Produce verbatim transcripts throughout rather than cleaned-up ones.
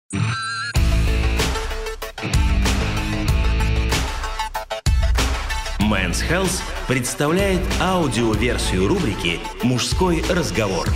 Men's Health представляет аудиоверсию рубрики «Мужской разговор».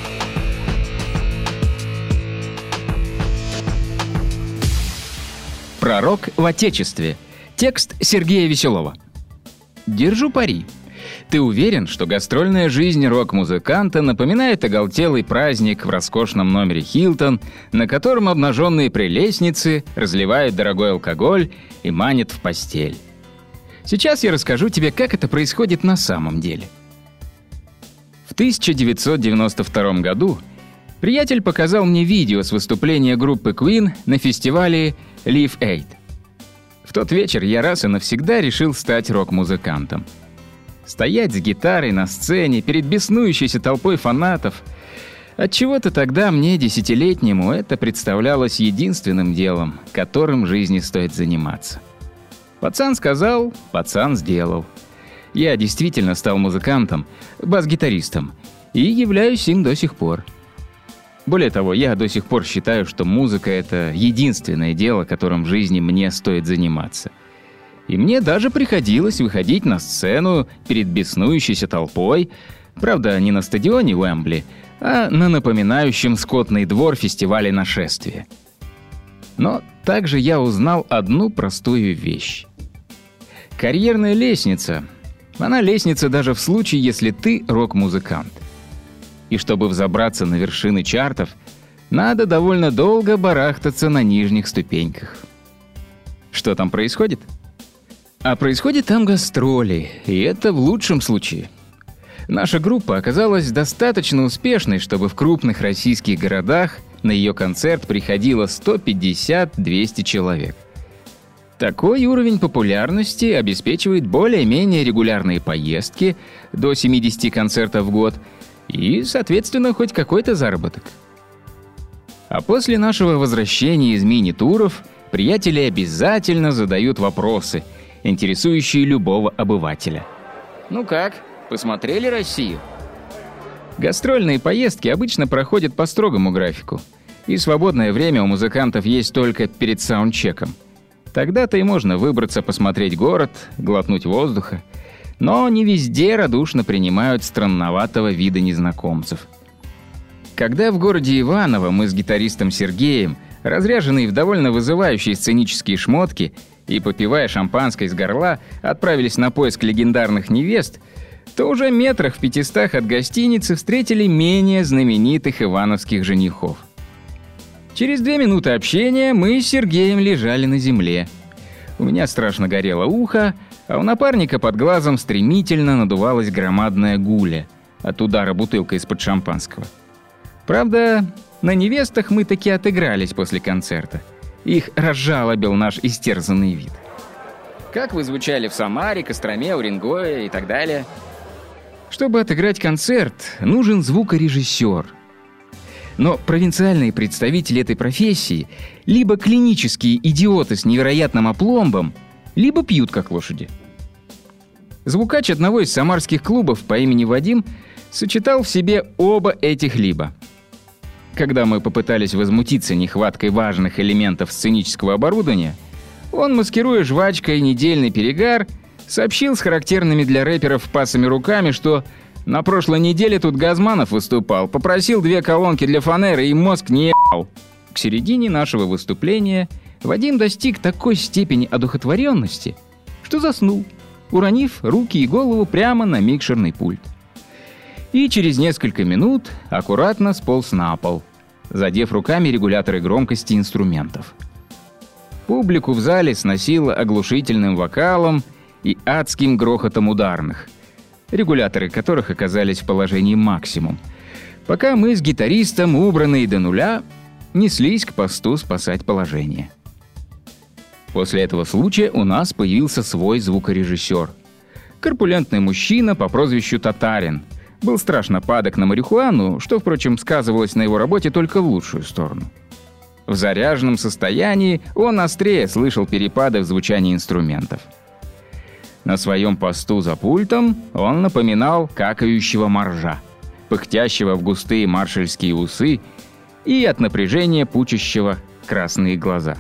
Пророк в Отечестве. Текст Сергея Веселова. Держу пари. Ты уверен, что гастрольная жизнь рок-музыканта напоминает оголтелый праздник в роскошном номере «Хилтон», на котором обнаженные прелестницы разливают дорогой алкоголь и манят в постель? Сейчас я расскажу тебе, как это происходит на самом деле. В тысяча девятьсот девяносто втором году приятель показал мне видео с выступления группы Queen на фестивале Live Aid. В тот вечер я раз и навсегда решил стать рок-музыкантом. Стоять с гитарой на сцене перед беснующейся толпой фанатов. Отчего-то тогда мне, десятилетнему, это представлялось единственным делом, которым в жизни стоит заниматься. Пацан сказал, пацан сделал. Я действительно стал музыкантом, бас-гитаристом, и являюсь им до сих пор. Более того, я до сих пор считаю, что музыка — это единственное дело, которым в жизни мне стоит заниматься. И мне даже приходилось выходить на сцену перед беснующейся толпой, правда, не на стадионе Уэмбли, а на напоминающем скотный двор фестивале нашествия. Но также я узнал одну простую вещь. Карьерная лестница, она лестница даже в случае, если ты рок-музыкант. И чтобы взобраться на вершины чартов, надо довольно долго барахтаться на нижних ступеньках. Что там происходит? А происходит там гастроли, и это в лучшем случае. Наша группа оказалась достаточно успешной, чтобы в крупных российских городах на ее концерт приходило сто пятьдесят - двести человек. Такой уровень популярности обеспечивает более-менее регулярные поездки до семидесяти концертов в год и, соответственно, хоть какой-то заработок. А после нашего возвращения из мини-туров приятели обязательно задают вопросы, интересующие любого обывателя. «Ну как, посмотрели Россию?» Гастрольные поездки обычно проходят по строгому графику, и свободное время у музыкантов есть только перед саундчеком. Тогда-то и можно выбраться посмотреть город, глотнуть воздуха, но не везде радушно принимают странноватого вида незнакомцев. Когда в городе Иваново мы с гитаристом Сергеем, разряженные в довольно вызывающие сценические шмотки и попивая шампанское из горла, отправились на поиск легендарных невест, то уже метрах в пятистах от гостиницы встретили менее знаменитых ивановских женихов. Через две минуты общения мы с Сергеем лежали на земле. У меня страшно горело ухо, а у напарника под глазом стремительно надувалась громадная гуля от удара бутылкой из-под шампанского. Правда, на невестах мы таки отыгрались после концерта. Их разжалобил наш истерзанный вид. Как вы звучали в Самаре, Костроме, Уренгое и так далее? Чтобы отыграть концерт, нужен звукорежиссер. Но провинциальные представители этой профессии либо клинические идиоты с невероятным опломбом, либо пьют как лошади. Звукач одного из самарских клубов по имени Вадим сочетал в себе оба этих «либо». Когда мы попытались возмутиться нехваткой важных элементов сценического оборудования, он, маскируя жвачкой недельный перегар, сообщил с характерными для рэперов пасами руками, что на прошлой неделе тут Газманов выступал, попросил две колонки для фанеры и мозг не ебал. К середине нашего выступления Вадим достиг такой степени одухотворенности, что заснул, уронив руки и голову прямо на микшерный пульт. И через несколько минут аккуратно сполз на пол, задев руками регуляторы громкости инструментов. Публику в зале сносило оглушительным вокалом и адским грохотом ударных, регуляторы которых оказались в положении максимум, пока мы с гитаристом, убранные до нуля, неслись к посту спасать положение. После этого случая у нас появился свой звукорежиссер. Корпулентный мужчина по прозвищу Татарин. Был страшно падок на марихуану, что, впрочем, сказывалось на его работе только в лучшую сторону. В заряженном состоянии он острее слышал перепады в звучании инструментов. На своем посту за пультом он напоминал какающего моржа, пыхтящего в густые маршальские усы и от напряжения пучащего красные глаза.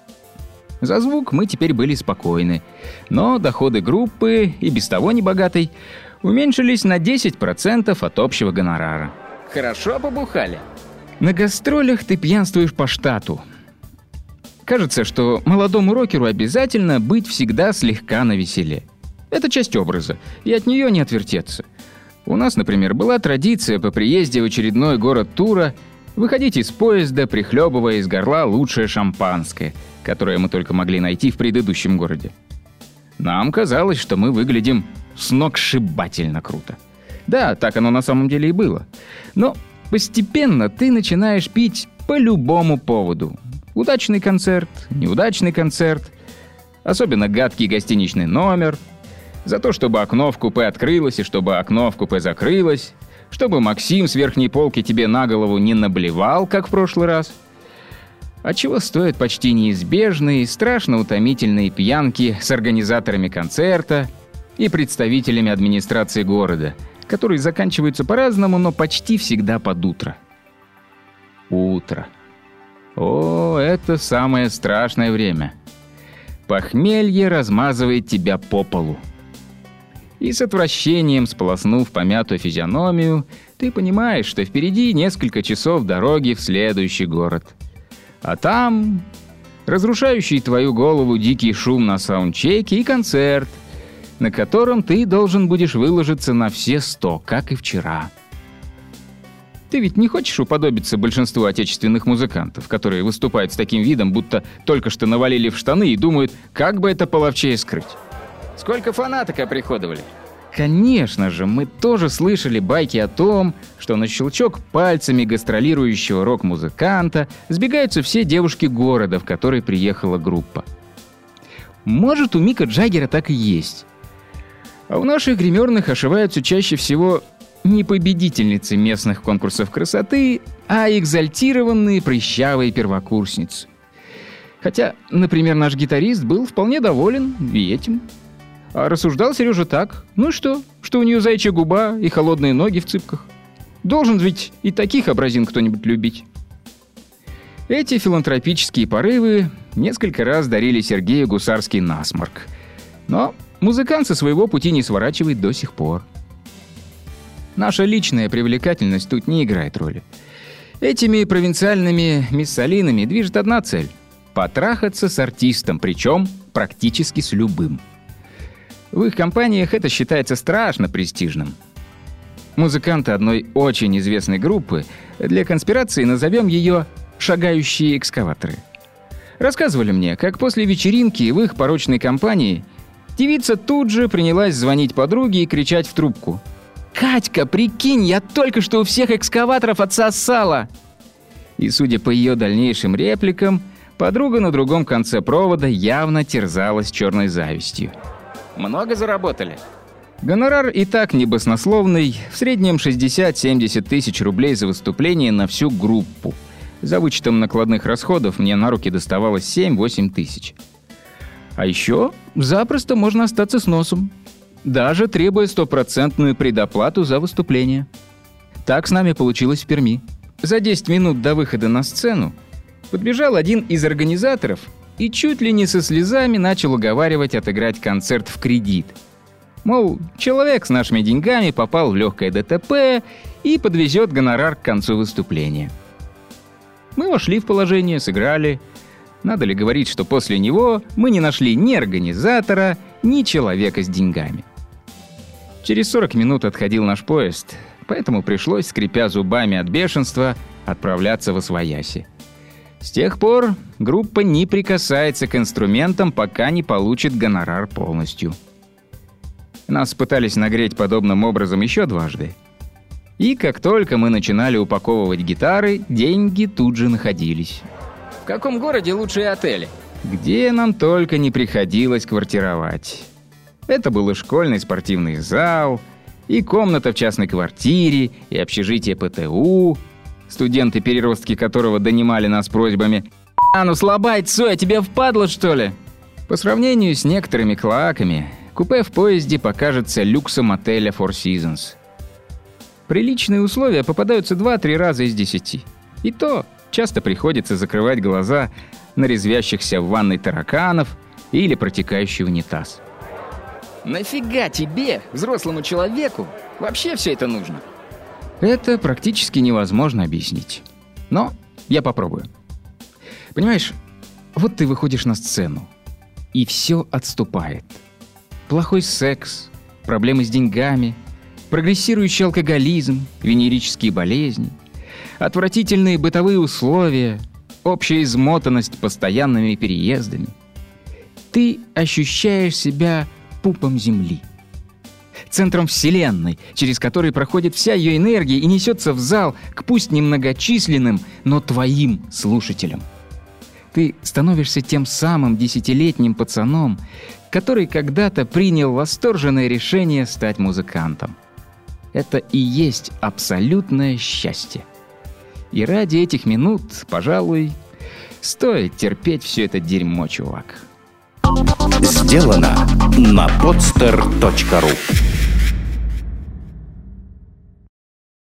За звук мы теперь были спокойны, но доходы группы, и без того небогатой, уменьшились на десять процентов от общего гонорара. Хорошо побухали? На гастролях ты пьянствуешь по штату. Кажется, что молодому рокеру обязательно быть всегда слегка навеселе. Это часть образа, и от нее не отвертеться. У нас, например, была традиция по приезде в очередной город тура выходить из поезда, прихлебывая из горла лучшее шампанское, которое мы только могли найти в предыдущем городе. Нам казалось, что мы выглядим сногсшибательно круто. Да, так оно на самом деле и было. Но постепенно ты начинаешь пить по любому поводу. Удачный концерт, неудачный концерт, особенно гадкий гостиничный номер, за то, чтобы окно в купе открылось и чтобы окно в купе закрылось, чтобы Максим с верхней полки тебе на голову не наблевал, как в прошлый раз. А чего стоят почти неизбежные и страшно утомительные пьянки с организаторами концерта и представителями администрации города, которые заканчиваются по-разному, но почти всегда под утро. Утро. О, это самое страшное время. Похмелье размазывает тебя по полу. И с отвращением, сполоснув помятую физиономию, ты понимаешь, что впереди несколько часов дороги в следующий город. А там разрушающий твою голову дикий шум на саундчеке и концерт, на котором ты должен будешь выложиться на все сто, как и вчера. Ты ведь не хочешь уподобиться большинству отечественных музыкантов, которые выступают с таким видом, будто только что навалили в штаны и думают, как бы это половчее скрыть? Сколько фанаток оприходовали? Конечно же, мы тоже слышали байки о том, что на щелчок пальцами гастролирующего рок-музыканта сбегаются все девушки города, в который приехала группа. Может, у Мика Джаггера так и есть. А у наших гримерных ошиваются чаще всего не победительницы местных конкурсов красоты, а экзальтированные прыщавые первокурсницы. Хотя, например, наш гитарист был вполне доволен и этим. А рассуждал Сережа так: ну что, что у нее заячья губа и холодные ноги в цыпках. Должен ведь и таких образин кто-нибудь любить. Эти филантропические порывы несколько раз дарили Сергею гусарский насморк. Но музыкант со своего пути не сворачивает до сих пор. Наша личная привлекательность тут не играет роли. Этими провинциальными миссалинами движет одна цель – потрахаться с артистом, причем практически с любым. В их компаниях это считается страшно престижным. Музыканты одной очень известной группы, для конспирации назовем ее «шагающие экскаваторы», рассказывали мне, как после вечеринки в их порочной компании девица тут же принялась звонить подруге и кричать в трубку: «Катька, прикинь, я только что у всех экскаваторов отсосала!» И, судя по ее дальнейшим репликам, подруга на другом конце провода явно терзалась черной завистью. Много заработали? Гонорар и так не баснословный, в среднем шестьдесят-семьдесят тысяч рублей за выступление на всю группу. За вычетом накладных расходов мне на руки доставалось семь-восемь тысяч. А еще запросто можно остаться с носом, даже требуя стопроцентную предоплату за выступление. Так с нами получилось в Перми. За десять минут до выхода на сцену подбежал один из организаторов и чуть ли не со слезами начал уговаривать отыграть концерт в кредит. Мол, человек с нашими деньгами попал в легкое ДТП и подвезет гонорар к концу выступления. Мы вошли в положение, сыграли. Надо ли говорить, что после него мы не нашли ни организатора, ни человека с деньгами. Через сорок минут отходил наш поезд, поэтому пришлось, скрипя зубами от бешенства, отправляться восвояси. С тех пор группа не прикасается к инструментам, пока не получит гонорар полностью. Нас пытались нагреть подобным образом еще дважды. И как только мы начинали упаковывать гитары, деньги тут же находились. В каком городе лучшие отели? Где нам только не приходилось квартировать. Это был и школьный спортивный зал, и комната в частной квартире, и общежитие ПТУ, студенты-переростки которого донимали нас просьбами: «А ну слабай, Цоя, тебе впадло, что ли?» По сравнению с некоторыми клоаками, купе в поезде покажется люксом отеля Four Seasons. Приличные условия попадаются два-три раза из десяти. И то Часто приходится закрывать глаза на резвящихся в ванной тараканов или протекающий унитаз. Нафига тебе, взрослому человеку, вообще все это нужно? Это практически невозможно объяснить. Но я попробую. Понимаешь, вот ты выходишь на сцену, и все отступает. Плохой секс, проблемы с деньгами, прогрессирующий алкоголизм, венерические болезни, отвратительные бытовые условия, общая измотанность постоянными переездами. Ты ощущаешь себя пупом земли, центром вселенной, через который проходит вся ее энергия и несется в зал к пусть немногочисленным, но твоим слушателям. Ты становишься тем самым десятилетним пацаном, который когда-то принял восторженное решение стать музыкантом. Это и есть абсолютное счастье. И ради этих минут, пожалуй, стоит терпеть все это дерьмо, чувак. Сделано на podster точка ру.